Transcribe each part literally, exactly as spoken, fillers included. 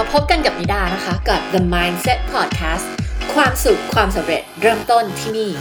มาพบกันกับนิดานะคะกับ The Mindset Podcast ความสุขความสำเร็จเริ่มต้นที่นี่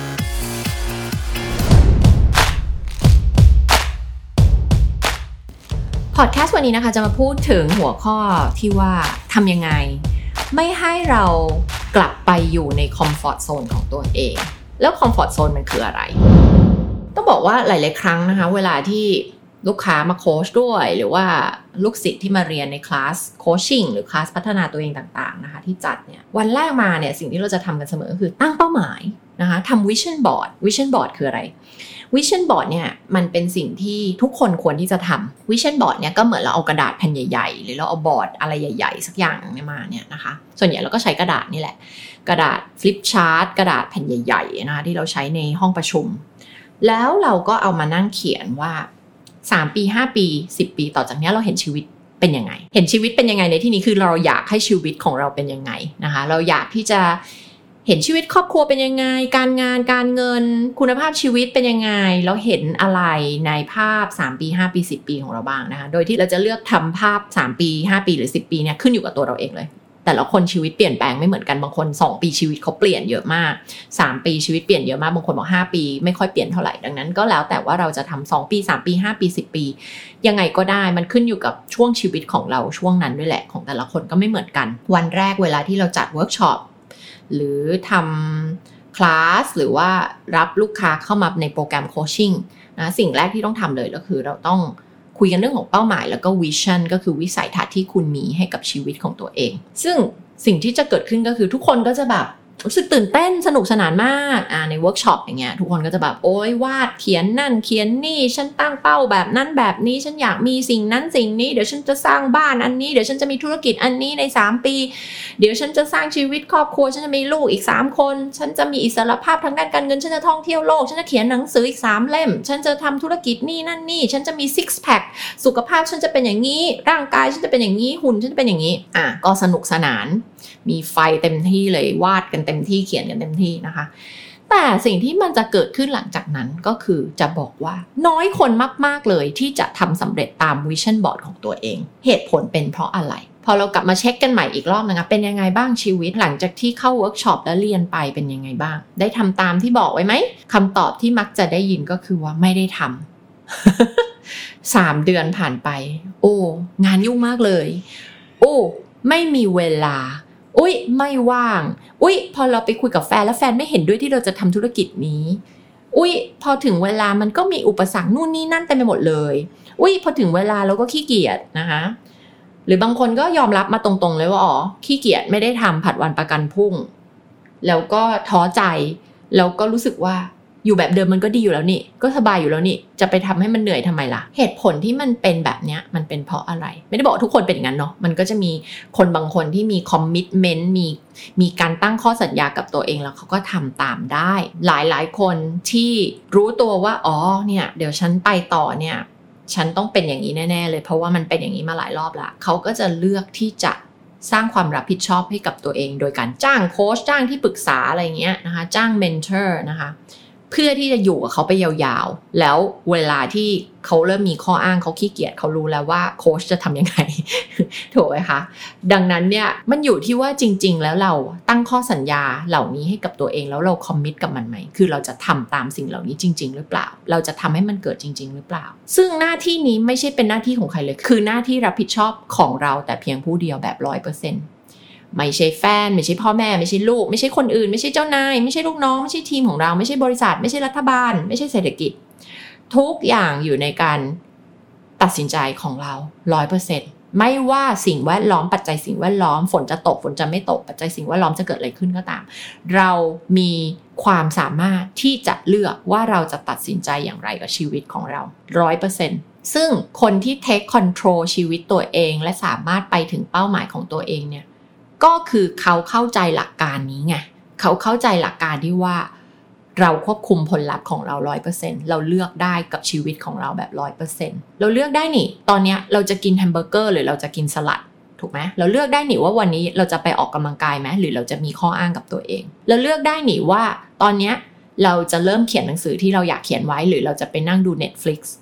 พอดแคสต์วันนี้นะคะจะมาพูดถึงหัวข้อที่ว่าทำยังไงไม่ให้เรากลับไปอยู่ในคอมฟอร์ตโซนของตัวเองแล้วคอมฟอร์ตโซนมันคืออะไรต้องบอกว่าหลายๆครั้งนะคะเวลาที่ลูกค้ามาโค้ชด้วยหรือว่าลูกศิษย์ที่มาเรียนในคลาสโคชชิ่งหรือคลาสพัฒนาตัวเองต่างๆนะคะที่จัดเนี่ยวันแรกมาเนี่ยสิ่งที่เราจะทำกันเสมอคือตั้งเป้าหมายนะคะทำวิชั่นบอร์ดวิชั่นบอร์ดคืออะไรวิชั่นบอร์ดเนี่ยมันเป็นสิ่งที่ทุกคนควรที่จะทำวิชั่นบอร์ดเนี่ยก็เหมือนเราเอากระดาษแผ่นใหญ่ๆหรือเราเอาบอร์ดอะไรใหญ่ๆสักอย่างนึงมาเนี่ยนะคะส่วนใหญ่เราก็ใช้กระดาษนี่แหละกระดาษฟลิปชาร์ตกระดาษแผ่นใหญ่ๆนะคะที่เราใช้ในห้องประชุมแล้วเราก็เอามานั่งเขียนว่าสามปีห้าปีสิบปีต่อจากนี้เราเห็นชีวิตเป็นยังไงเห็นชีวิตเป็นยังไงในที่นี้คือเราอยากให้ชีวิตของเราเป็นยังไงนะคะเราอยากที่จะเห็นชีวิตครอบครัวเป็นยังไงการงานการเงินคุณภาพชีวิตเป็นยังไงเราเห็นอะไรในภาพสามปีห้าปีสิบปีของเราบ้างนะคะโดยที่เราจะเลือกทำภาพสามปีห้าปีหรือสิบปีเนี่ยขึ้นอยู่กับตัวเราเองเลยแต่ละคนชีวิตเปลี่ยนแปลงไม่เหมือนกันบางคนสองปีชีวิตเขาเปลี่ยนเยอะมากสามปีชีวิตเปลี่ยนเยอะมากบางคนบอกห้าปีไม่ค่อยเปลี่ยนเท่าไหร่ดังนั้นก็แล้วแต่ว่าเราจะทำสองปีสามปีห้าปีสิบปียังไงก็ได้มันขึ้นอยู่กับช่วงชีวิตของเราช่วงนั้นด้วยแหละของแต่ละคนก็ไม่เหมือนกันวันแรกเวลาที่เราจัดเวิร์กช็อปหรือทำคลาสหรือว่ารับลูกค้าเข้ามาในโปรแกรมโคชชิ่งนะสิ่งแรกที่ต้องทำเลยก็คือเราต้องคุยกันเรื่องของเป้าหมายแล้วก็วิชั่นก็คือวิสัยทัศน์ที่คุณมีให้กับชีวิตของตัวเองซึ่งสิ่งที่จะเกิดขึ้นก็คือทุกคนก็จะแบบรู้สึกตื่นเต้นสนุกสนานมากอ่าในเวิร์กช็อปอย่างเงี้ยทุกคนก็จะแบบโอ๊ยวาดเขียนนั่นเขียนนี่ฉันตั้งเป้าแบบนั้นแบบนี้ฉันอยากมีสิ่งนั้นสิ่งนี้เดี๋ยวฉันจะสร้างบ้านอันนี้เดี๋ยวฉันจะมีธุรกิจอันนี้ในสามปีเดี๋ยวฉันจะสร้างชีวิตครอบครัวฉันจะมีลูกอีกสามคนฉันจะมีอิสรภาพทางด้านการเงินฉันจะท่องเที่ยวโลกฉันจะเขียนหนังสืออีกสามเล่มฉันจะทำธุรกิจนี่นั่นนี่ฉันจะมีซิกซ์แพคสุขภาพฉันจะเป็นอย่างนี้ร่างกายฉันจะเป็นอย่างนี้หุ่นฉันจะเป็นอย่างนี้อ่ะก็สนุกสนานมีไฟเต็มที่เลยวาดกันเต็มที่เขียนกันเต็มที่นะคะแต่สิ่งที่มันจะเกิดขึ้นหลังจากนั้นก็คือจะบอกว่าน้อยคนมากๆเลยที่จะทำสำเร็จตามวิชั่นบอร์ดของตัวเองเหตุผลเป็นเพราะอะไรพอเรากลับมาเช็คกันใหม่อีกรอบนะคะเป็นยังไงบ้างชีวิตหลังจากที่เข้าเวิร์กช็อปและเรียนไปเป็นยังไงบ้างได้ทำตามที่บอกไว้ไหมคำตอบที่มักจะได้ยินก็คือว่าไม่ได้ทำ สามเดือนผ่านไปโอ้งานยุ่งมากเลยโอ้ไม่มีเวลาอุ๊ยไม่ว่างอุ๊ยพอเราไปคุยกับแฟนแล้วแฟนไม่เห็นด้วยที่เราจะทำธุรกิจนี้อุ๊ยพอถึงเวลามันก็มีอุปสรรคนู่นนี่นั่นเต็มไปหมดเลยอุ๊ยพอถึงเวลาเราก็ขี้เกียจนะคะหรือบางคนก็ยอมรับมาตรงๆเลยว่าอ๋อขี้เกียจไม่ได้ทำผัดวันประกันพรุ่งแล้วก็ท้อใจแล้วก็รู้สึกว่าอยู่แบบเดิมมันก็ดีอยู่แล้วนี่ก็สบายอยู่แล้วนี่จะไปทำให้มันเหนื่อยทำไมล่ะเหตุผลที่มันเป็นแบบเนี้ยมันเป็นเพราะอะไรไม่ได้บอกทุกคนเป็นอย่างนั้นเนาะมันก็จะมีคนบางคนที่มีคอมมิตเมนต์มีมีการตั้งข้อสัญญากับตัวเองแล้วเขาก็ทำตามได้หลายๆคนที่รู้ตัวว่าอ๋อเนี่ยเดี๋ยวฉันไปต่อเนี่ยฉันต้องเป็นอย่างนี้แน่ๆเลยเพราะว่ามันเป็นอย่างนี้มาหลายรอบละเขาก็จะเลือกที่จะสร้างความรับผิดชอบให้กับตัวเองโดยการจ้างโค้ชจ้างที่ปรึกษาอะไรเงี้ยนะคะจ้างเมนเทอร์นะคะเพื่อที่จะอยู่กับเขาไปยาวๆแล้วเวลาที่เขาเริ่มมีข้ออ้างเขาขี้เกียจเขารู้แล้วว่าโค้ชจะทำยังไง ถูกไหมคะดังนั้นเนี่ยมันอยู่ที่ว่าจริงๆแล้วเราตั้งข้อสัญญาเหล่านี้ให้กับตัวเองแล้วเราคอมมิตกับมันไหมคือเราจะทำตามสิ่งเหล่านี้จริงๆหรือเปล่าเราจะทำให้มันเกิดจริงๆหรือเปล่าซึ่งหน้าที่นี้ไม่ใช่เป็นหน้าที่ของใครเลยคือหน้าที่รับผิดชอบของเราแต่เพียงผู้เดียวแบบ ร้อยเปอร์เซ็นต์ไม่ใช่แฟนไม่ใช่พ่อแม่ไม่ใช่ลูกไม่ใช่คนอื่นไม่ใช่เจ้านายไม่ใช่ลูกน้องไม่ใช่ทีมของเราไม่ใช่บริษัทไม่ใช่รัฐบาลไม่ใช่เศรษฐกิจทุกอย่างอยู่ในการตัดสินใจของเรา ร้อยเปอร์เซ็นต์ ไม่ว่าสิ่งแวดล้อมปัจจัยสิ่งแวดล้อมฝนจะตกฝนจะไม่ตกปัจจัยสิ่งแวดล้อมจะเกิดอะไรขึ้นก็ตามเรามีความสามารถที่จะเลือกว่าเราจะตัดสินใจอย่างไรกับชีวิตของเรา ร้อยเปอร์เซ็นต์ ซึ่งคนที่ take control ชีวิตตัวเองและสามารถไปถึงเป้าหมายของตัวเองเนี่ยก็คือเขาเข้าใจหลักการนี้ไงเขาเข้าใจหลักการที่ว่าเราควบคุมผลลัพธ์ของเรา ร้อยเปอร์เซ็นต์ เราเลือกได้กับชีวิตของเราแบบ ร้อยเปอร์เซ็นต์ เราเลือกได้นี่ตอนนี้เราจะกินแฮมเบอร์เกอร์หรือเราจะกินสลัดถูกไหมเราเลือกได้นี่ว่าวันนี้เราจะไปออกกำลังกายไหมหรือเราจะมีข้ออ้างกับตัวเองเราเลือกได้นี่ว่าตอนนี้เราจะเริ่มเขียนหนังสือที่เราอยากเขียนไว้หรือเราจะไปนั่งดู Netflix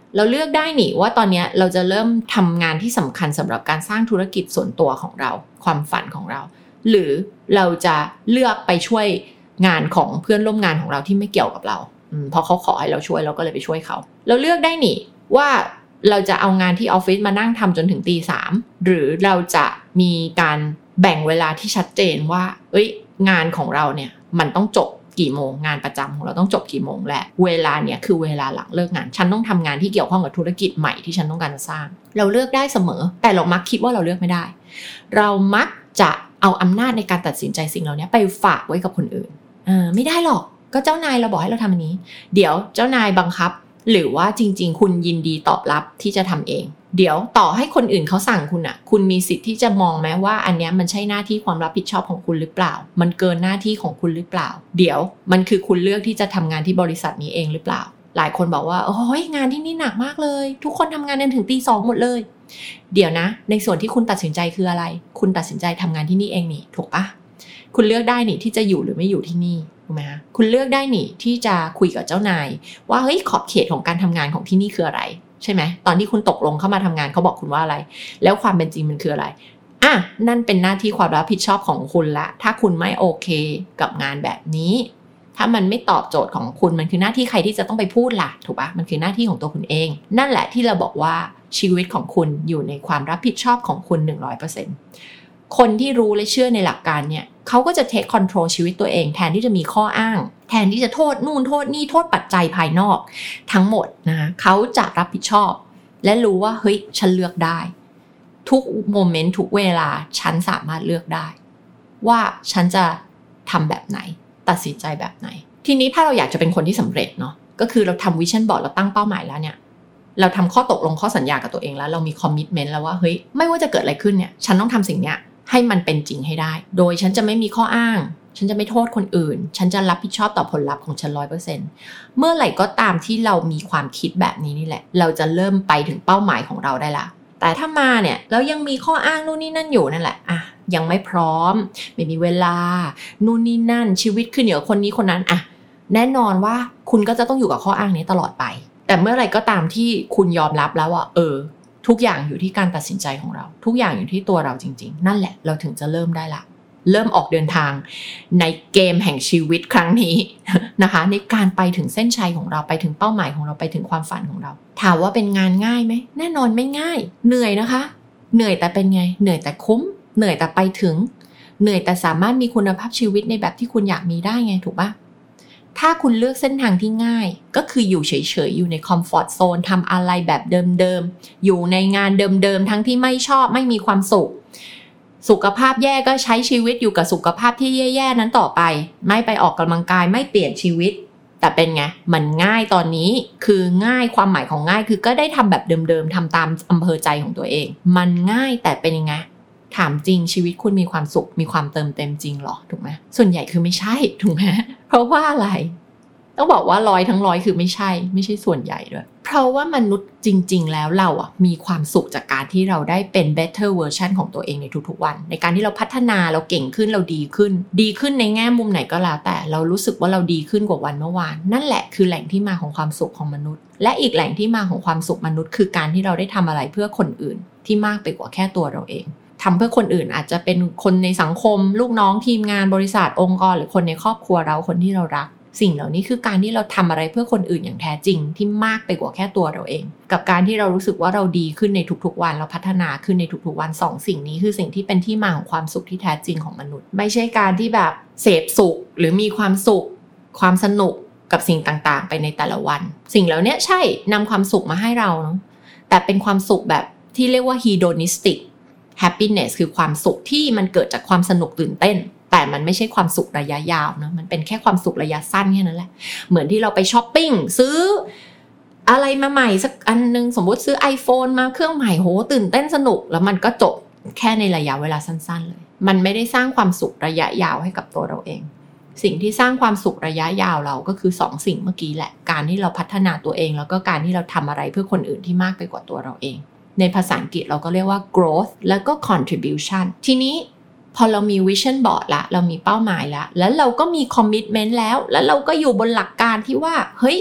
เราเลือกได้นี่ว่าตอนนี้เราจะเริ่มทำงานที่สำคัญสำหรับการสร้างธุรกิจส่วนตัวของเราความฝันของเราหรือเราจะเลือกไปช่วยงานของเพื่อนร่วมงานของเราที่ไม่เกี่ยวกับเราเพราะเขาขอให้เราช่วยเราก็เลยไปช่วยเขาเราเลือกได้นี่ว่าเราจะเอางานที่ออฟฟิศมานั่งทำจนถึงตีสามหรือเราจะมีการแบ่งเวลาที่ชัดเจนว่าเอ้ยงานของเราเนี่ยมันต้องจบกี่โมงงานประจำของเราต้องจบกี่โมงและเวลาเนี่ยคือเวลาหลังเลิกงานฉันต้องทำงานที่เกี่ยวข้องกับธุรกิจใหม่ที่ฉันต้องการจะสร้างเราเลือกได้เสมอแต่เรามักคิดว่าเราเลือกไม่ได้เรามักจะเอาอำนาจในการตัดสินใจสิ่งเหล่านี้ไปฝากไว้กับคนอื่นอ่าไม่ได้หรอกก็เจ้านายเราบอกให้เราทำอันนี้เดี๋ยวเจ้านายบังคับหรือว่าจริงๆคุณยินดีตอบรับที่จะทำเองเดี๋ยวต่อให้คนอื่นเขาสั่งคุณอ่ะคุณมีสิทธิ์ที่จะมองไหมว่าอันนี้มันใช่หน้าที่ความรับผิดชอบของคุณหรือเปล่ามันเกินหน้าที่ของคุณหรือเปล่าเดี๋ยวมันคือคุณเลือกที่จะทำงานที่บริษัทนี้เองหรือเปล่าหลายคนบอกว่าโอ้ยงานที่นี่หนักมากเลยทุกคนทำงานกันถึงตีสองหมดเลยเดี๋ยวนะในส่วนที่คุณตัดสินใจคืออะไรคุณตัดสินใจทำงานที่นี่เองนี่ถูกปะคุณเลือกได้นี่ที่จะอยู่หรือไม่อยู่ที่นี่ถูกไหมคะคุณเลือกได้นี่ที่จะคุยกับเจ้านายว่าเฮ้ยขอบเขตของการทำงานของที่นี่คืออะไรใช่ไหมตอนที่คุณตกลงเข้ามาทำงานเขาบอกคุณว่าอะไรแล้วความเป็นจริงมันคืออะไรอ่ะนั่นเป็นหน้าที่ความรับผิดชอบของคุณละถ้าคุณไม่โอเคกับงานแบบนี้ถ้ามันไม่ตอบโจทย์ของคุณมันคือหน้าที่ใครที่จะต้องไปพูดล่ะถูกปะมันคือหน้าที่ของตัวคุณเองนั่นแหละที่เราบอกว่าชีวิตของคุณอยู่ในความรับผิดชอบของคุณ หนึ่งร้อยเปอร์เซ็นต์ คนที่รู้และเชื่อในหลักการเนี่ยเขาก็จะ take control ชีวิตตัวเองแทนที่จะมีข้ออ้างแทนที่จะโทษนู่นโทษนี่โทษปัจจัยภายนอกทั้งหมดนะคะเขาจะรับผิดชอบและรู้ว่าเฮ้ยฉันเลือกได้ทุกโมเมนต์ทุกเวลาฉันสามารถเลือกได้ว่าฉันจะทำแบบไหนตัดสินใจแบบไหนทีนี้ถ้าเราอยากจะเป็นคนที่สำเร็จเนาะก็คือเราทำวิชั่นบอร์ดเราตั้งเป้าหมายแล้วเนี่ยเราทำข้อตกลงข้อสัญญากับตัวเองแล้วเรามีคอมมิตเมนต์แล้วว่าเฮ้ยไม่ว่าจะเกิดอะไรขึ้นเนี่ยฉันต้องทำสิ่งเนี้ยให้มันเป็นจริงให้ได้โดยฉันจะไม่มีข้ออ้างฉันจะไม่โทษคนอื่นฉันจะรับผิดชอบต่อผลลัพธ์ของฉัน ร้อยเปอร์เซ็นต์ เมื่อไหร่ก็ตามที่เรามีความคิดแบบนี้นี่แหละเราจะเริ่มไปถึงเป้าหมายของเราได้ละแต่ถ้ามาเนี่ยแล้วยังมีข้ออ้างนู่นนี่นั่นอยู่นั่นแหละอ่ะยังไม่พร้อมไม่มีเวลานู่นนี่นั่นชีวิตขึ้นเหนือคนนี้คนนั้นอ่ะแน่นอนว่าคุณก็จะต้องอยู่กับข้ออ้างนี้ตลอดไปแต่เมื่อไหร่ก็ตามที่คุณยอมรับแล้วว่าเออทุกอย่างอยู่ที่การตัดสินใจของเราทุกอย่างอยู่ที่ตัวเราจริงๆนั่นแหละเราถึงจะเริ่มได้ละเริ่มออกเดินทางในเกมแห่งชีวิตครั้งนี้นะคะในการไปถึงเส้นชัยของเราไปถึงเป้าหมายของเราไปถึงความฝันของเราถามว่าเป็นงานง่ายไหมแน่นอนไม่ง่ายเหนื่อยนะคะเหนื่อยแต่เป็นไงเหนื่อยแต่คุ้มเหนื่อยแต่ไปถึงเหนื่อยแต่สามารถมีคุณภาพชีวิตในแบบที่คุณอยากมีได้ไงถูกปะถ้าคุณเลือกเส้นทางที่ง่ายก็คืออยู่เฉยๆอยู่ในคอมฟอร์ตโซนทำอะไรแบบเดิมๆอยู่ในงานเดิมๆทั้งที่ไม่ชอบไม่มีความสุขสุขภาพแย่ก็ใช้ชีวิตอยู่กับสุขภาพที่แย่ๆนั้นต่อไปไม่ไปออกกำลังกายไม่เปลี่ยนชีวิตแต่เป็นไงมันง่ายตอนนี้คือง่ายความหมายของง่ายคือก็ได้ทำแบบเดิมๆทำตามอำเภอใจของตัวเองมันง่ายแต่เป็นยังไงถามจริงชีวิตคุณมีความสุขมีความเติมเต็มจริงหรอถูกไหมส่วนใหญ่คือไม่ใช่ถูกไหมเพราะว่าอะไรต้องบอกว่าร้อยทั้งร้อยคือไม่ใช่ไม่ใช่ส่วนใหญ่ด้วยเพราะว่ามนุษย์จริงๆแล้วเราอ่ะมีความสุขจากการที่เราได้เป็น better version ของตัวเองในทุกๆวันในการที่เราพัฒนาเราเก่งขึ้นเราดีขึ้นดีขึ้นในแง่มุมไหนก็แล้วแต่เรารู้สึกว่าเราดีขึ้นกว่าวันเมื่อวานนั่นแหละคือแหล่งที่มาของความสุขของมนุษย์และอีกแหล่งที่มาของความสุขมนุษย์คือการที่เราได้ทำอะไรเพื่อคนอื่นที่มากไปกว่าแค่ตัวเราเองทำเพื่อคนอื่นอาจจะเป็นคนในสังคมลูกน้องทีมงานบริษัทองค์กรหรือคนในครอบครัวเราคนที่เรารักสิ่งเหล่านี้คือการที่เราทำอะไรเพื่อคนอื่นอย่างแท้จริงที่มากไปกว่าแค่ตัวเราเองกับการที่เรารู้สึกว่าเราดีขึ้นในทุกๆวันเราพัฒนาขึ้นในทุกๆวันสองสิ่งนี้คือสิ่งที่เป็นที่มาของความสุขที่แท้จริงของมนุษย์ไม่ใช่การที่แบบเสพสุขหรือมีความสุขความสนุกกับสิ่งต่างๆไปในแต่ละวันสิ่งเหล่านี้ใช่นำความสุขมาให้เราเนาะแต่เป็นความสุขแบบที่เรียกว่า hedonistic happiness คือความสุขที่มันเกิดจากความสนุกตื่นเต้นแต่มันไม่ใช่ความสุขระยะยาวนะมันเป็นแค่ความสุขระยะสั้นแค่นั้นแหละเหมือนที่เราไปช้อปปิ้งซื้ออะไรมาใหม่สักอันนึงสมมุติซื้อ iPhone มาเครื่องใหม่โหตื่นเต้นสนุกแล้วมันก็จบแค่ในระยะเวลาสั้นๆเลยมันไม่ได้สร้างความสุขระยะยาวให้กับตัวเราเองสิ่งที่สร้างความสุขระยะยาวเราก็คือสองสิ่งเมื่อกี้แหละการที่เราพัฒนาตัวเองแล้วก็การที่เราทำอะไรเพื่อคนอื่นที่มากไปกว่าตัวเราเองในภาษาอังกฤษเราก็เรียกว่า growth แล้วก็ contribution ทีนี้พอเรามี vision board ละเรามีเป้าหมายละแล้วเราก็มี commitment แล้วแล้วเราก็อยู่บนหลักการที่ว่าเฮ้ย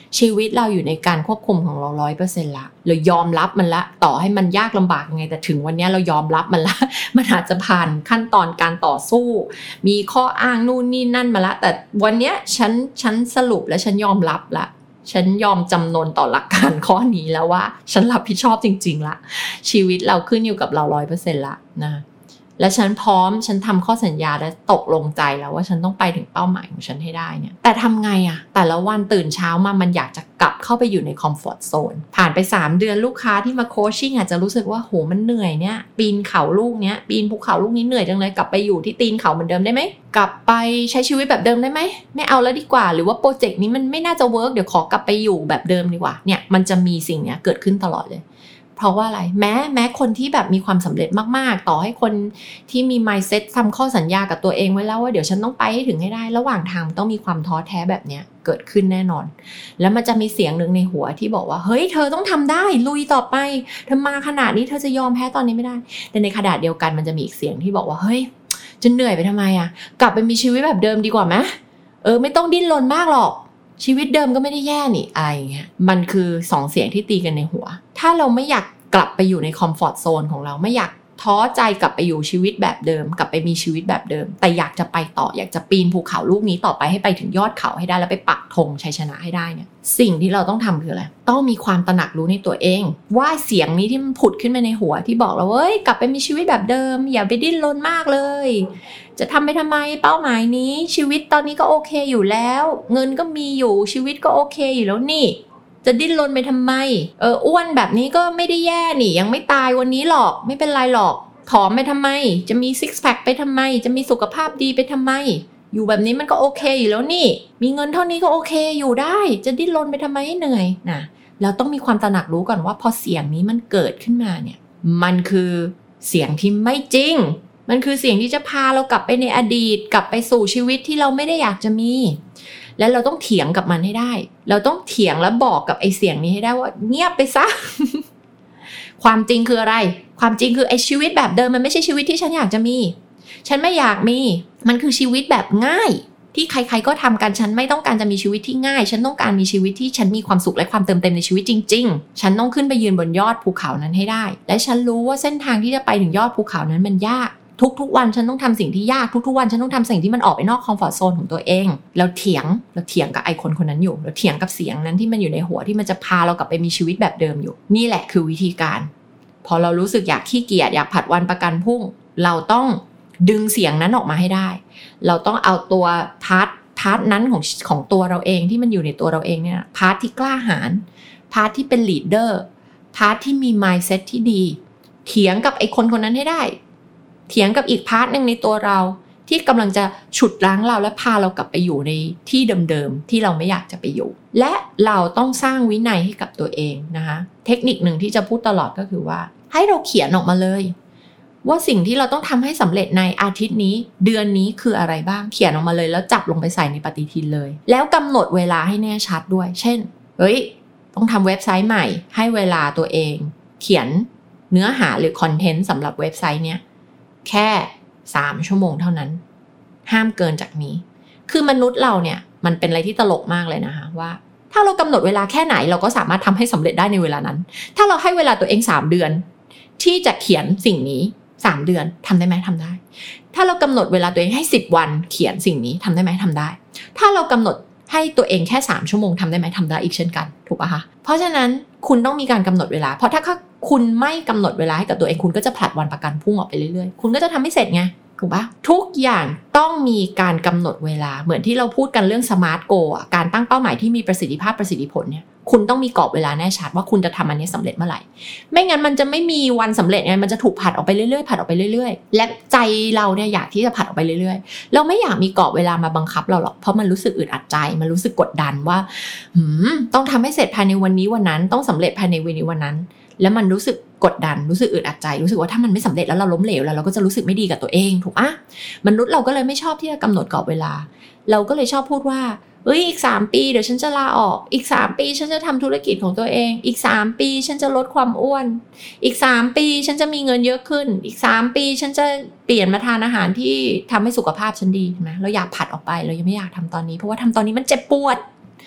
ชีวิตเราอยู่ในการควบคุมของเรา ร้อยเปอร์เซ็นต์ ละเรายอมรับมันละต่อให้มันยากลำบากยังไงแต่ถึงวันนี้เรายอมรับมันละ มันอาจจะผ่านขั้นตอนการต่อสู้มีข้ออ้างนู่นนี่นั่นมาละแต่วันนี้ฉันฉันสรุปและฉันยอมรับละฉันยอมจำนนต่อหลักการข้อนี้แล้วว่าฉันรับผิดชอบจริงๆละชีวิตเราขึ้นอยู่กับเรา ร้อยเปอร์เซ็นต์ ละนะและฉันพร้อมฉันทำข้อสัญญาและตกลงใจแล้วว่าฉันต้องไปถึงเป้าหมายของฉันให้ได้เนี่ยแต่ทำไงอะแต่ละวันตื่นเช้ามามันอยากจะกลับเข้าไปอยู่ในคอมฟอร์ตโซนผ่านไปสามเดือนลูกค้าที่มาโคชชิ่งอาจจะรู้สึกว่าโหมันเหนื่อยเนี่ยปีนเขาลูกเนี้ยปีนภูเขาลูกนี้เหนื่อยจังเลยกลับไปอยู่ที่ตีนเขาเหมือนเดิมได้ไหมกลับไปใช้ชีวิตแบบเดิมได้ไหมไม่เอาแล้วดีกว่าหรือว่าโปรเจกต์นี้มันไม่น่าจะเวิร์กเดี๋ยวขอกลับไปอยู่แบบเดิมดีกว่าเนี่ยมันจะมีสิ่งเนี้ยเกิดขึ้นตลอดเลยเพราะว่าอะไรแม้แม้คนที่แบบมีความสำเร็จมากๆต่อให้คนที่มี mindset ทำข้อสัญญากับตัวเองไว้แล้วว่าเดี๋ยวฉันต้องไปให้ถึงให้ได้ระหว่างทางต้องมีความท้อแท้แบบเนี้ยเกิดขึ้นแน่นอนแล้วมันจะมีเสียงนึงในหัวที่บอกว่าเฮ้ยเธอต้องทำได้ลุยต่อไปเธอมาขนาดนี้เธอจะยอมแพ้ตอนนี้ไม่ได้แต่ในขณะเดียวกันมันจะมีอีกเสียงที่บอกว่าเฮ้ยจะเหนื่อยไปทำไมอ่ะกลับไปมีชีวิตแบบเดิมดีกว่าไหมเออไม่ต้องดิ้นรนมากหรอกชีวิตเดิมก็ไม่ได้แย่นี่อะไรอย่างเงี้ยมันคือสองเสียงที่ตีกันในหัวถ้าเราไม่อยากกลับไปอยู่ในคอมฟอร์ตโซนของเราไม่อยากท้อใจกลับไปอยู่ชีวิตแบบเดิมกลับไปมีชีวิตแบบเดิมแต่อยากจะไปต่ออยากจะปีนภูเขาลูกนี้ต่อไปให้ไปถึงยอดเขาให้ได้แล้วไปปักธงชัยชนะให้ได้เนี่ยสิ่งที่เราต้องทำคืออะไรต้องมีความตระหนักรู้ในตัวเองว่าเสียงนี้ที่มันผุดขึ้นมาในหัวที่บอกเราเว้ยกลับไปมีชีวิตแบบเดิมอย่าไปดิ้นรนมากเลยจะทำไปทำไมเป้าหมายนี้ชีวิตตอนนี้ก็โอเคอยู่แล้วเงินก็มีอยู่ชีวิตก็โอเคอยู่แล้วนี่จะดิ้นรนไปทำไมเอออ้วนแบบนี้ก็ไม่ได้แย่นี่ยังไม่ตายวันนี้หรอกไม่เป็นไรหรอกผอมไปทำไมจะมีซิกแพคไปทำไมจะมีสุขภาพดีไปทำไมอยู่แบบนี้มันก็โอเคอยู่แล้วนี่มีเงินเท่านี้ก็โอเคอยู่ได้จะดิ้นรนไปทำไมให้เหนื่อยนะเราต้องมีความตระหนักรู้ก่อนว่าพอเสียงนี้มันเกิดขึ้นมาเนี่ยมันคือเสียงที่ไม่จริงมันคือเสียงที่จะพาเรากลับไปในอดีตกลับไปสู่ชีวิตที่เราไม่ได้อยากจะมีและเราต้องเถียงกับมันให้ได้เราต้องเถียงและบอกกับไอ้เสียงนี้ให้ได้ว่าเงียบไปซะ ความจริงคืออะไรความจริงคือไอ้ชีวิตแบบเดิมมันไม่ใช่ชีวิตที่ฉันอยากจะมีฉันไม่อยากมีมันคือชีวิตแบบง่ายที่ใครๆก็ทำกันฉันไม่ต้องการจะมีชีวิตที่ง่ายฉันต้องการมีชีวิตที่ฉันมีความสุขและความเติมเต็มในชีวิตจริงๆฉันต้องขึ้นไปยืนบนยอดภูเขานั้นให้ได้และฉันรู้ว่าเส้นทางที่จะไปถึงยอดภูเขานั้นมันยากทุกๆวันฉันต้องทำสิ่งที่ยากทุกๆวันฉันต้องทำสิ่งที่มันออกไปนอกคอมฟอร์ตโซนของตัวเองแล้วเถียงแล้วเถียงกับไอ้คนคนนั้นอยู่แล้วเถียงกับเสียงนั้นที่มันอยู่ในหัวที่มันจะพาเรากลับไปมีชีวิตแบบเดิมอยู่นี่แหละคือวิธีการพอเรารู้สึกอยากขี้เกียจอยากผัดวันประกันพรุ่งเราต้องดึงเสียงนั้นออกมาให้ได้เราต้องเอาตัวพาร์ทพาร์ทนั้นของของตัวเราเองที่มันอยู่ในตัวเราเองเนี่ยพาร์ทที่กล้าหาญพาร์ทที่เป็นลีดเดอร์พาร์ทที่มี mindset ที่ดีเถียงกับไอ้คนคนนั้นให้ได้เถียงกับอีกพาร์ทนึงในตัวเราที่กำลังจะฉุดรั้งเราและพาเรากลับไปอยู่ในที่เดิมๆที่เราไม่อยากจะไปอยู่และเราต้องสร้างวินัยให้กับตัวเองนะคะเทคนิคหนึ่งที่จะพูดตลอดก็คือว่าให้เราเขียนออกมาเลยว่าสิ่งที่เราต้องทำให้สำเร็จในอาทิตย์นี้เดือนนี้คืออะไรบ้างเขียนออกมาเลยแล้วจับลงไปใส่ในปฏิทินเลยแล้วกำหนดเวลาให้แน่ชัดด้วยเช่นเฮ้ยต้องทำเว็บไซต์ใหม่ให้เวลาตัวเองเขียนเนื้อหาหรือคอนเทนต์สำหรับเว็บไซต์เนี้ยแค่สามชั่วโมงเท่านั้นห้ามเกินจากนี้คือมนุษย์เราเนี่ยมันเป็นอะไรที่ตลกมากเลยนะคะว่าถ้าเรากำหนดเวลาแค่ไหนเราก็สามารถทำให้สำเร็จได้ในเวลานั้นถ้าเราให้เวลาตัวเองสามเดือนที่จะเขียนสิ่งนี้สามเดือนทำได้ไหมทำได้ถ้าเรากำหนดเวลาตัวเองให้สิบวันเขียนสิ่งนี้ทำได้ไหมทำได้ถ้าเรากำหนดให้ตัวเองแค่สามชั่วโมงทำได้ไหมทำได้อีกเช่นกันถูกป่ะคะเพราะฉะนั้นคุณต้องมีการกำหนดเวลาเพราะถ้าคุณไม่กำหนดเวลาให้กับตัวเองคุณก็จะผลัดวันประกันพรุ่งออกไปเรื่อยๆคุณก็จะทำไม่เสร็จไงถูกปะทุกอย่างต้องมีการกำหนดเวลาเหมือนที่เราพูดกันเรื่อง Smart Goal อ่ะการตั้งเป้าหมายที่มีประสิทธิภาพประสิทธิผลเนี่ยคุณต้องมีกรอบเวลาแน่ชัดว่าคุณจะทำอันนี้สำเร็จเมื่อไหร่ไม่งั้นมันจะไม่มีวันสำเร็จไงมันจะถูกผัดออกไปเรื่อยๆผัดออกไปเรื่อยๆและใจเราเนี่ยอยากที่จะผัดออกไปเรื่อยๆเราไม่อยากมีกรอบเวลามาบังคับเราหรอกเพราะมันรู้สึกอึดอัดใจมันรู้สึกกดดันว่าหืมต้องทำให้เสร็จภายในวันนี้วันนั้นต้องสำเร็จภายในวันนี้วันนั้นแล้วมันรู้สึกกดดันรู้สึกอึดอัดใจรู้สึกว่าถ้ามันไม่สำเร็จแล้วเราล้มเหลวแล้วเราก็จะรู้สึกไม่ดีกับตัวเองถูกปะมนุษย์เราก็เลยไม่ชอบที่จะกำหนดกรอบเวลาเราก็เลยชอบพูดว่าเอ้ยอีกสามปีเดี๋ยวฉันจะลาออกอีกสามปีฉันจะทำธุรกิจของตัวเองอีกสามปีฉันจะลดความอ้วนอีกสามปีฉันจะมีเงินเยอะขึ้นอีกสามปีฉันจะเปลี่ยนมาทานอาหารที่ทำให้สุขภาพฉันดีใช่ไหมเราอยากผัดออกไปเรายังไม่อยากทำตอนนี้เพราะว่าทำตอนนี้มันเจ็บปวด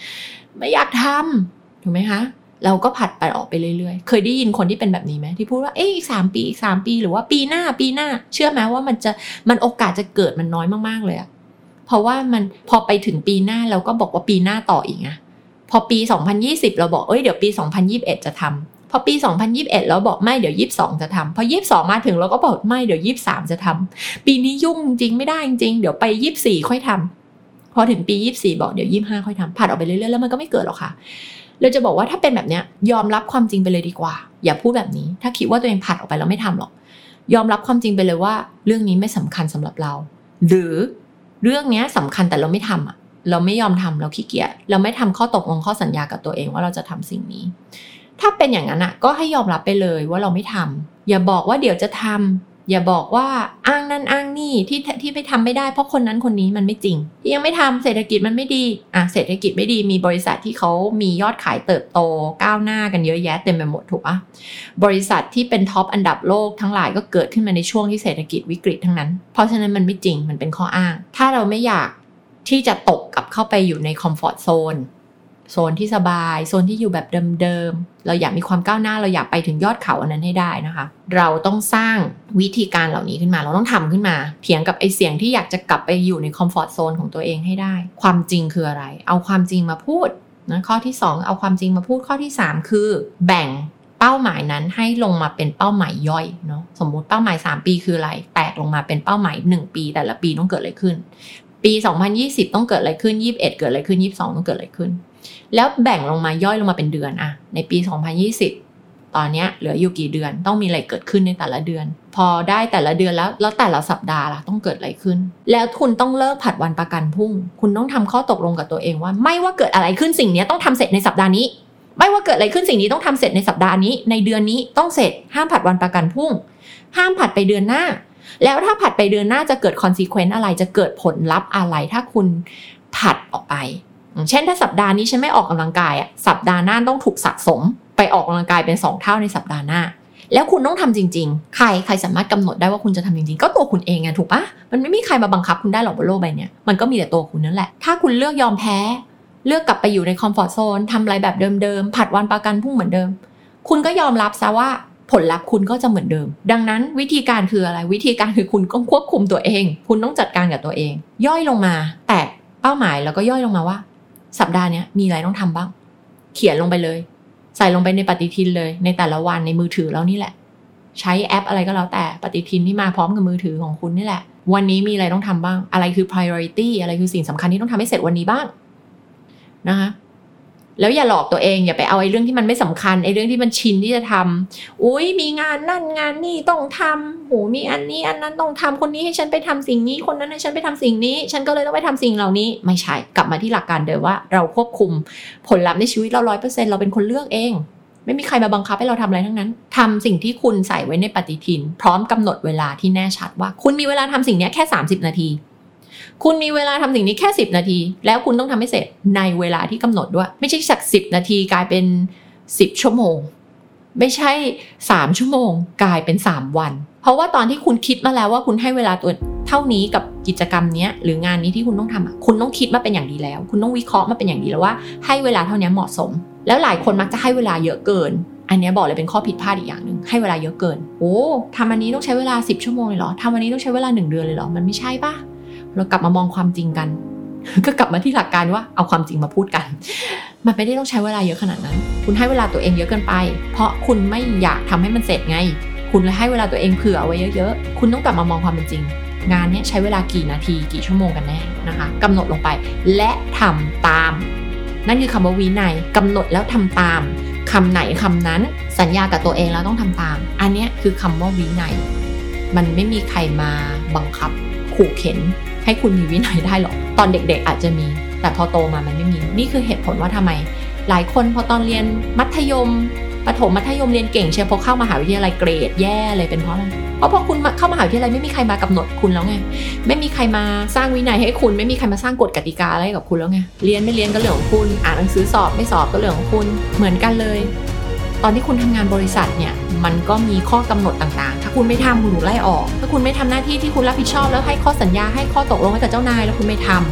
ไม่อยากทำถูกไหมคะเราก็ผัดไปออกไปเรื่อยๆเคยได้ยินคนที่เป็นแบบนี้ไหมที่พูดว่าเอ๊ะอีกสามปีอีกสามปีหรือว่าปีหน้าปีหน้าเชื่อไหมว่ามันจะมันโอกาสจะเกิดมันน้อยมากๆเลยอะเพราะว่ามันพอไปถึงปีหน้าเราก็บอกว่าปีหน้าต่ออีกไงพอปีสองพันยี่สิบเราบอกเอ้ยเดี๋ยวปีสองพันยี่สิบเอ็ดจะทำพอปีสองพันยี่สิบเอ็ดเราบอกไม่เดี๋ยวยี่สิบสองจะทำพอยี่สิบสองมาถึงเราก็บอกไม่เดี๋ยวยี่สิบสามจะทำปีนี้ยุ่งจริงไม่ได้จริงเดี๋ยวไปยี่สิบสี่ค่อยทำพอถึงปียี่สิบสี่บอกเดี๋ยวยี่สิบห้าค่อยทำผัดออกไปเรื่อยๆแล้วมันก็ไม่เกิดหรอกค่ะเราจะบอกว่าถ้าเป็นแบบเนี้ยยอมรับความจริงไปเลยดีกว่าอย่าพูดแบบนี้ถ้าคิดว่าตัวเองผัดออกไปแล้วไม่ทำหรอกยอมรับความจริงไปเลยว่าเรื่องนี้ไม่สำคัญสำหรับเราหรือเรื่องนี้สำคัญแต่เราไม่ทำอ่ะเราไม่ยอมทำเราขี้เกียจเราไม่ทำข้อตกลงข้อสัญญากับตัวเองว่าเราจะทำสิ่งนี้ถ้าเป็นอย่างนั้นอ่ะก็ให้ยอมรับไปเลยว่าเราไม่ทำอย่าบอกว่าเดี๋ยวจะทำอย่าบอกว่าอ้างนั่นอ้างนี่ที่ที่ไม่ทำไม่ได้เพราะคนนั้นคนนี้มันไม่จริงที่ยังไม่ทำเศรษฐกิจมันไม่ดีอ่ะเศรษฐกิจไม่ดีมีบริษัทที่เขามียอดขายเติบโตก้าวหน้ากันเยอะแยะเต็มไปหมดถูกปะบริษัทที่เป็นท็อปอันดับโลกทั้งหลายก็เกิดขึ้นมาในช่วงที่เศรษฐกิจวิกฤตทั้งนั้นเพราะฉะนั้นมันไม่จริงมันเป็นข้ออ้างถ้าเราไม่อยากที่จะตกกลับเข้าไปอยู่ในคอมฟอร์ตโซนโซนที่สบายโซนที่อยู่แบบเดิมๆเราอยากมีความก้าวหน้าเราอยากไปถึงยอดเขาอันนั้นให้ได้นะคะเราต้องสร้างวิธีการเหล่านี้ขึ้นมาเราต้องทำขึ้นมาเถียงกับไอ้เสียงที่อยากจะกลับไปอยู่ในคอมฟอร์ตโซนของตัวเองให้ได้ความจริงคืออะไรเอาความจริงมาพูดนะข้อที่สองเอาความจริงมาพูดข้อที่สามคือแบ่งเป้าหมายนั้นให้ลงมาเป็นเป้าหมายย่อยเนาะสมมุติเป้าหมายสามปีคืออะไรแตกลงมาเป็นเป้าหมายหนึ่งปีแต่ละปีต้องเกิดอะไรขึ้นปีสองพันยี่สิบต้องเกิดอะไรขึ้นยี่สิบเอ็ดเกิดอะไรขึ้นยี่สิบสองต้องเกิดอะไรขึ้นแล้วแบ่งลงมาย่อยลงมาเป็นเดือนอะในปีสองพันยี่สิบตอนนี้เหลืออยู่กี่เดือนต้องมีอะไรเกิดขึ้นในแต่ละเดือนพอได้แต่ละเดือนแล้วแล้วแต่ละสัปดาห์ล่ะต้องเกิดอะไรขึ้นแล้วคุณต้องเลิกผัดวันประกันพรุ่งคุณต้องทำข้อตกลงกับตัวเองว่าไม่ว่าเกิดอะไรขึ้นสิ่งนี้ต้องทำเสร็จในสัปดาห์นี้ไม่ว่าเกิดอะไรขึ้นสิ่งนี้ต้องทำเสร็จในสัปดาห์นี้ในเดือนนี้ต้องเสร็จห้ามผัดวันประกันพรุ่งห้ามผัดไปเดือนหน้าแล้วถ้าผัดไปเดือนหน้าจะเกิด consequence อะไรจะเกิดผลลัพธ์อะไรถ้าคุณผัดออกไปเช่นถ้าสัปดาห์นี้ฉันไม่ออกกำลังกายอ่ะสัปดาห์หน้าต้องถูกสะสมไปออกกำลังกายเป็นสองเท่าในสัปดาห์หน้าแล้วคุณต้องทำจริงๆใครใครสามารถกำหนดได้ว่าคุณจะทำจริงๆก็ตัวคุณเองไงถูกปะมันไม่มีใครมาบังคับคุณได้หรอกบนโลกใบนี้มันก็มีแต่ตัวคุณนั่นแหละถ้าคุณเลือกยอมแพ้เลือกกลับไปอยู่ในคอมฟอร์ตโซนทำอะไรแบบเดิมๆผัดวันประกันพรุ่งเหมือนเดิมคุณก็ยอมรับซะว่าผลลัพธ์คุณก็จะเหมือนเดิมดังนั้นวิธีการคืออะไรวิธีการคือคุณต้องควบคุมตัวเองคุณต้องจัดการกับตัวเองย่อยลงมาแตกเป้าหมายแล้วก็ย่อยลงมาว่าสัปดาห์นี้มีอะไรต้องทำบ้างเขียนลงไปเลยใส่ลงไปในปฏิทินเลยในแต่ละวันในมือถือแล้วนี่แหละใช้แอปอะไรก็แล้วแต่ปฏิทินที่มาพร้อมกับมือถือของคุณนี่แหละวันนี้มีอะไรต้องทำบ้างอะไรคือ priority อะไรคือสิ่งสำคัญที่ต้องทำให้เสร็จวันนี้บ้างนะคะแล้วอย่าหลอกตัวเองอย่าไปเอาไอ้เรื่องที่มันไม่สำคัญไอ้เรื่องที่มันชินที่จะทำอุ้ยมีงานนั่นงานนี่ต้องทำโหมีอันนี้อันนั้นต้องทำคนนี้ให้ฉันไปทำสิ่งนี้คนนั้นให้ฉันไปทำสิ่งนี้ฉันก็เลยต้องไปทำสิ่งเหล่านี้ไม่ใช่กลับมาที่หลักการเดิมว่าเราควบคุมผลลัพธ์ในชีวิตเรา ร้อยเปอร์เซ็นต์ เราเป็นคนเลือกเองไม่มีใครมาบังคับให้เราทำอะไรทั้งนั้นทำสิ่งที่คุณใส่ไว้ในปฏิทินพร้อมกำหนดเวลาที่แน่ชัดว่าคุณมีเวลาทำสิ่งนี้แค่สามสิบนาทีคุณมีเวลาทำสิ่งนี้แค่สิบนาทีแล้วคุณต้องทำให้เสร็จในเวลาที่กำหนดด้วยไม่ใช่จากสิบนาทีกลายเป็นสิบชั่วโมงไม่ใช่สามชั่วโมงกลายเป็นสามวันเพราะว่าตอนที่คุณคิดมาแล้วว่าคุณให้เวลาตัวเท่านี้กับกิจกรรมนี้หรืองานนี้ที่คุณต้องทำคุณต้องคิดมาเป็นอย่างดีแล้วคุณต้องวิเคราะห์มาเป็นอย่างดีแล้วว่าให้เวลาเท่านี้เหมาะสมแล้วหลายคนมักจะให้เวลาเยอะเกินอันนี้บอกเลยเป็นข้อผิดพลาดอีกอย่างนึงให้เวลาเยอะเกินโอ้ทำอันนี้ต้องใช้เวลาสิบชั่วโมงเลยเหรอทำอันนี้ต้องใช้เวลาหนึ่งเดือนเลยเหรอมันไม่ใช่ปะเรากลับมามองความจริงกัน ก็กลับมาที่หลักการว่าเอาความจริงมาพูดกันมันไม่ได้ต้องใช้เวลาเยอะขนาดนั้นคุณให้เวลาตัวเองเยอะเกินไปเพราะคุณไม่อยากทำให้มันเสร็จไงคุณเลยให้เวลาตัวเองเผื่อไว้เยอะๆคุณต้องกลับมามองความเป็นจริงงานนี้ใช้เวลากี่นาทีกี่ชั่วโมงกันแน่นะคะกำหนดลงไปและทำตามนั่นคือคำว่าวินัยกำหนดแล้วทำตามคำไหนคำนั้นสัญญากับตัวเองแล้วต้องทำตามอันนี้คือคำว่าวินัยมันไม่มีใครมาบังคับขู่เข็นให้คุณมีวินัยได้หรอกตอนเด็กๆอาจจะมีแต่พอโตมามันไม่มีนี่คือเหตุผลว่าทำไมหลายคนพอตอนเรียนมัธยมประถมมัธยมเรียนเก่งเชียวพอเข้ามหาวิทยาลัยเกรดแย่เลยเป็นเพราะอะไรเพราะพอคุณเข้ามหาวิทยาลัยไม่มีใครมากำหนดคุณแล้วไงไม่มีใครมาสร้างวินัยให้คุณไม่มีใครมาสร้างกฎกติกาอะไรกับคุณแล้วไงเรียนไม่เรียนก็เรื่องของคุณอ่านหนังสือสอบไม่สอบก็เรื่องของคุณเหมือนกันเลยตอนที่คุณทำงานบริษัทเนี่ยมันก็มีข้อกำหนดต่างๆถ้าคุณไม่ทำคุณถูกไล่ออกถ้าคุณไม่ทำหน้าที่ที่คุณรับผิดชอบแล้วให้ข้อสัญญาให้ข้อตกลงให้กับเจ้านายแล้วคุณไม่ทำ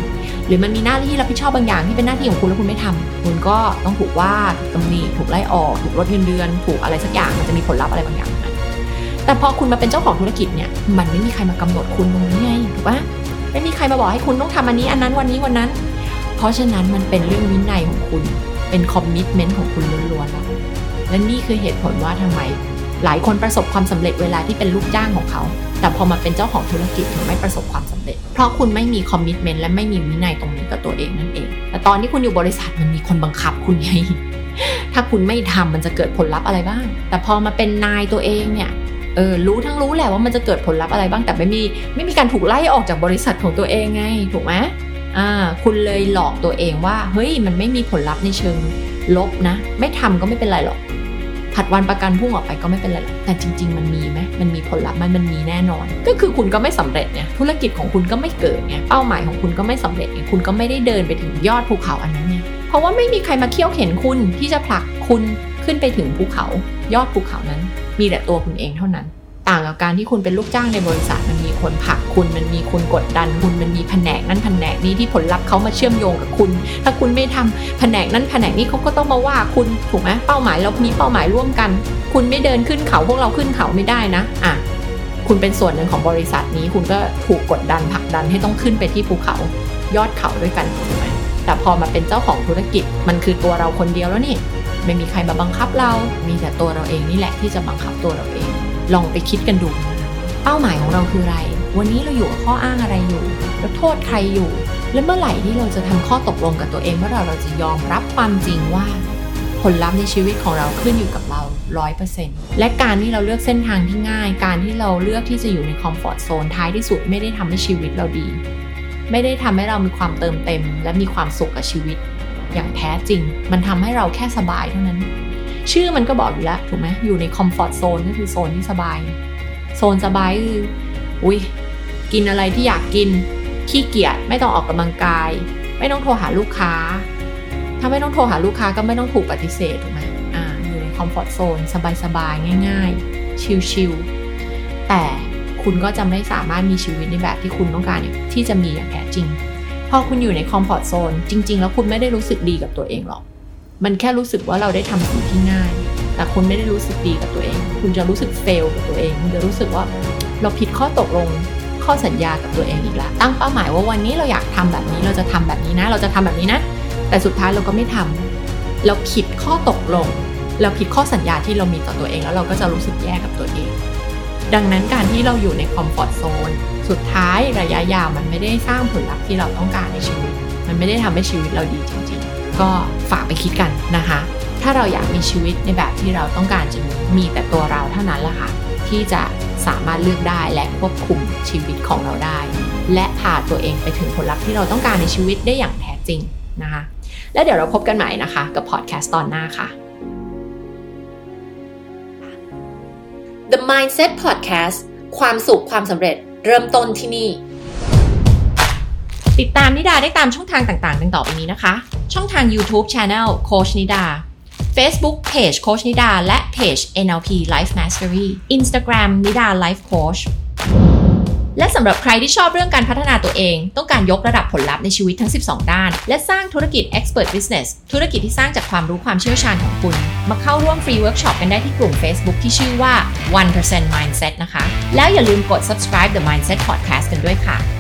หรือมันมีหน้าที่รับผิดชอบบางอย่างที่เป็นหน้าที่ของคุณแล้วคุณไม่ทำคุณก็ต้องถูกว่าถูกตำหนิถูกไล่ออกถูกลดเงินเดือนถูกอะไรสักอย่างมันจะมีผลลัพธ์อะไรบางอย่างนะแต่พอคุณมาเป็นเจ้าของธุรกิจเนี่ยมันไม่มีใครมากำหนดคุณตรงนี้ไงถูกปะไม่มีใครมาบอกให้คุณต้องทำอันนี้อันนั้นวันนี้วันนั้นเพราะฉะนั้นมันเป็นเรื่องวินัยของคุณเป็นคอมมิตเมนต์ของคุณล้วนๆแล้วและนี่คือเหตุผลว่าทำไมหลายคนประสบความสำเร็จเวลาที่เป็นลูกจ้างของเขาแต่พอมาเป็นเจ้าของธุรกิจถึงไม่ประสบความสำเร็จเพราะคุณไม่มีคอมมิตเมนต์และไม่มีวินัยตรงนี้กับตัวเองนั่นเองแต่ตอนที่คุณอยู่บริษัทมันมีคนบังคับคุณไงถ้าคุณไม่ทำมันจะเกิดผลลัพธ์อะไรบ้างแต่พอมาเป็นนายตัวเองเนี่ยเออรู้ทั้งรู้แหละว่ามันจะเกิดผลลัพธ์อะไรบ้างแต่ไม่มีไม่มีการถูกไล่ออกจากบริษัทของตัวเองไงถูกไหมอ่าคุณเลยหลอกตัวเองว่าเฮ้ยมันไม่มีผลลัพธ์ในเชิงลบนะไม่ทำก็ไม่เป็นไรหรอกผัดวันประกันพรุ่งออกไปก็ไม่เป็นไรหรอกแต่จริงๆมันมีไหมมันมีผลลัพธ์มันมันมีแน่นอนก็คือคุณก็ไม่สำเร็จเนี่ยธุรกิจของคุณก็ไม่เกิดเนี่ยเป้าหมายของคุณก็ไม่สำเร็จเนี่ยคุณก็ไม่ได้เดินไปถึงยอดภูเขาอันนั้นเนี่ยเพราะว่าไม่มีใครมาเคี่ยวเข็นคุณที่จะผลักคุณขึ้นไปถึงภูเขายอดภูเขานั้นมีแต่ตัวคุณเองเท่านั้นต่างกับการที่คุณเป็นลูกจ้างในบริษัทมันมีคนผลักคุณมันมีคนกดดันคุณมันมีแผนกนั้นแผนกนี้ที่ผลลัพธ์เขามาเชื่อมโยงกับคุณถ้าคุณไม่ทำแผนกนั้นแผนกนี้เขาก็ต้องมาว่าคุณถูกไหมเป้าหมายเรามีเป้าหมายร่วมกันคุณไม่เดินขึ้นเขาพวกเราขึ้นเขาไม่ได้นะอ่ะคุณเป็นส่วนหนึ่งของบริษัทนี้คุณก็ถูกกดดันผลักดันให้ต้องขึ้นไปที่ภูเขายอดเขาด้วยกันถูกไหมแต่พอมาเป็นเจ้าของธุรกิจมันคือตัวเราคนเดียวแล้วนี่ไม่มีใครมาบังคับเรามีแต่ตัวเราเองนี่แหละที่จะบังคับตัวเราเองลองไปคิดกันดูเป้าหมายของเราคืออะไรวันนี้เราอยู่กับข้ออ้างอะไรอยู่แล้วโทษใครอยู่และเมื่อไหร่ที่เราจะทำข้อตกลงกับตัวเองว่าเราเราจะยอมรับความจริงว่าผลลัพธ์ในชีวิตของเราขึ้นอยู่กับเรา ร้อยเปอร์เซ็นต์ และการที่เราเลือกเส้นทางที่ง่ายการที่เราเลือกที่จะอยู่ในคอมฟอร์ตโซนท้ายที่สุดไม่ได้ทำให้ชีวิตเราดีไม่ได้ทำให้เรามีความเติมเต็มและมีความสุขกับชีวิตอย่างแท้จริงมันทำให้เราแค่สบายเท่านั้นชื่อมันก็บอกอยู่แล้วถูกไหมอยู่ในคอมฟอร์ตโซนก็คือโซนที่สบายโซนสบายคืออุ้ยกินอะไรที่อยากกินขี้เกียจไม่ต้องออกกำลังกายไม่ต้องโทรหาลูกค้าถ้าไม่ต้องโทรหาลูกค้าก็ไม่ต้องถูกปฏิเสธถูกไหมอ่าอยู่ในคอมฟอร์ตโซนสบายๆง่ายๆชิลๆแต่คุณก็จะไม่สามารถมีชีวิตในแบบที่คุณต้องการที่จะมีอย่างแท้จริงพอคุณอยู่ในคอมฟอร์ตโซนจริงๆแล้วคุณไม่ได้รู้สึกดีกับตัวเองหรอกมันแค่รู้สึกว่าเราได้ทำสิ่งที่ง่ายแต่คุณไม่ได้รู้สึกดีกับตัวเองคุณจะรู้สึกเฟลกับตัวเองคุณจะรู้สึกว่าเราผิดข้อตกลงข้อสัญญากับตัวเองอีกแล้วตั้งเป้าหมายว่าวันนี้เราอยากทำแบบนี้เราจะทำแบบนี้นะเราจะทำแบบนี้นะแต่สุดท้ายเราก็ไม่ทำเราผิดข้อตกลงเราผิดข้อสัญญาที่เรามีต่อตัวเองแล้วเราก็จะรู้สึกแย่กับตัวเองดังนั้นการที่เราอยู่ในคอมฟอร์ตโซนสุดท้ายระยะยาวมันไม่ได้สร้างผลลัพธ์ที่เราต้องการในชีวิตมันไม่ได้ทำให้ชีวิตเราดีจริงๆก็ฝากไปคิดกันนะคะถ้าเราอยากมีชีวิตในแบบที่เราต้องการจะมีมีแต่ตัวเราเท่านั้นแหละค่ะที่จะสามารถเลือกได้และควบคุมชีวิตของเราได้และพาตัวเองไปถึงผลลัพธ์ที่เราต้องการในชีวิตได้อย่างแท้จริงนะคะแล้วเดี๋ยวเราพบกันใหม่นะคะกับพอดแคสต์ตอนหน้าค่ะ The Mindset Podcast ความสุขความสำเร็จเริ่มต้นที่นี่ติดตามนิดาได้ตามช่องทางต่างๆดังต่อไปนี้นะคะช่องทาง YouTube Channel โค้ชนิดา Facebook Page โค้ชนิดาและ Page เอ็น แอล พี Life Mastery Instagram นิดา Life Coach และสำหรับใครที่ชอบเรื่องการพัฒนาตัวเองต้องการยกระดับผลลัพธ์ในชีวิตทั้งสิบสองด้านและสร้างธุรกิจ Expert Business ธุรกิจที่สร้างจากความรู้ความเชี่ยวชาญของคุณมาเข้าร่วมฟรีเวิร์กช็อปกันได้ที่กลุ่ม Facebook ที่ชื่อว่า one percent Mindset นะคะแล้วอย่าลืมกด Subscribe The Mindset Podcast กันด้วยค่ะ